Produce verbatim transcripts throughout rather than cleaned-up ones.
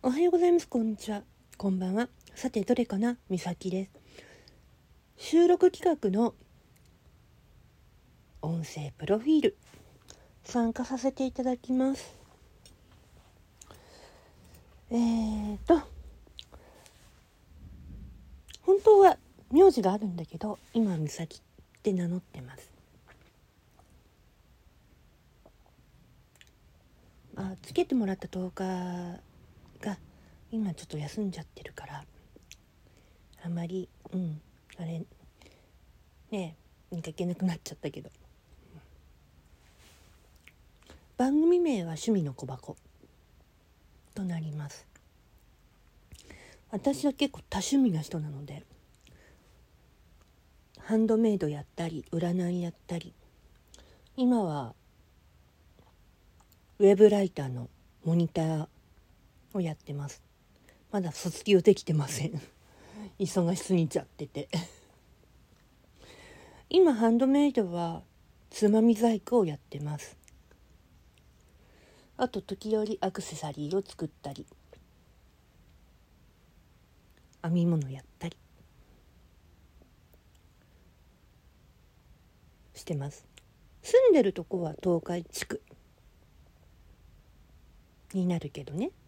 おはようございます。こんにちは。こんばんは。さて、どれかな？みさきです。収録企画の音声プロフィール参加させていただきます。えーと本当は名字があるんだけど、今はみさきって名乗ってます。あ、つけてもらったとおかが今ちょっと休んじゃってるから、あまりうんあれねえ見かけなくなっちゃったけど、番組名は趣味の小箱となります。私は結構多趣味な人なので、ハンドメイドやったり占いやったり、今はウェブライターのモニターをやってます。まだ卒業できてません忙しすぎちゃってて今ハンドメイドはつまみ細工をやってます。あと時折アクセサリーを作ったり、編み物やったりしてます。住んでるとこは東海地区になるけどね。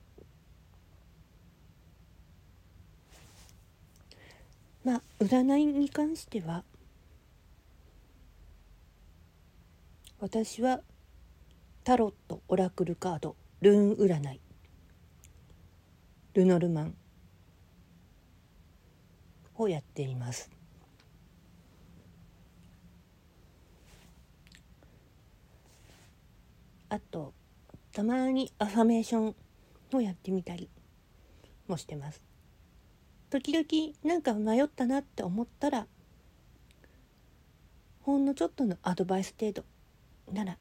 まあ占いに関しては、私はタロット、オラクルカード、ルーン占い、ルノルマンをやっています。あとたまにアファメーションをやってみたりもしてます。時々なんか迷ったなって思ったら、ほんのちょっとのアドバイス程度なら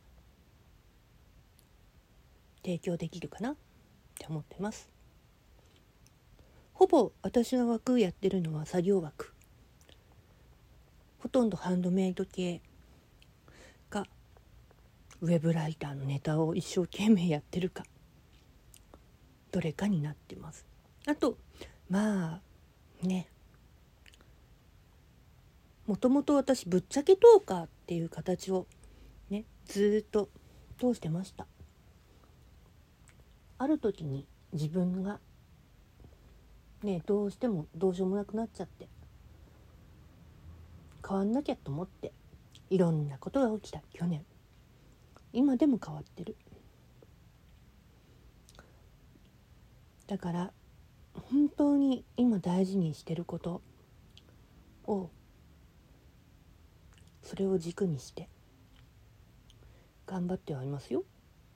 提供できるかなって思ってます。ほぼ私が枠やってるのは作業枠、ほとんどハンドメイド系かウェブライターのネタを一生懸命やってるか、どれかになってます。あとまあね、もともと私ぶっちゃけトーカーっていう形をねずっと通してました。ある時に自分がねどうしてもどうしようもなくなっちゃって、変わんなきゃと思って、いろんなことが起きた去年、今でも変わってる。だから本当に今大事にしてることを、それを軸にして頑張ってはいますよ。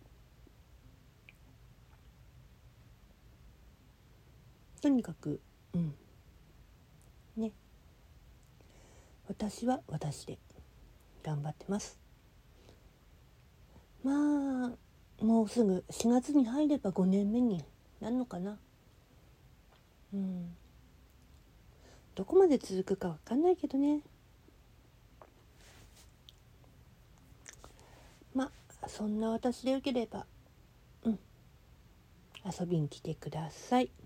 とにかくうんね、私は私で頑張ってます。まあもうすぐしがつに入ればごねんめになるのかな。うんどこまで続くかわかんないけどね。まあそんな私でよければうん遊びに来てください。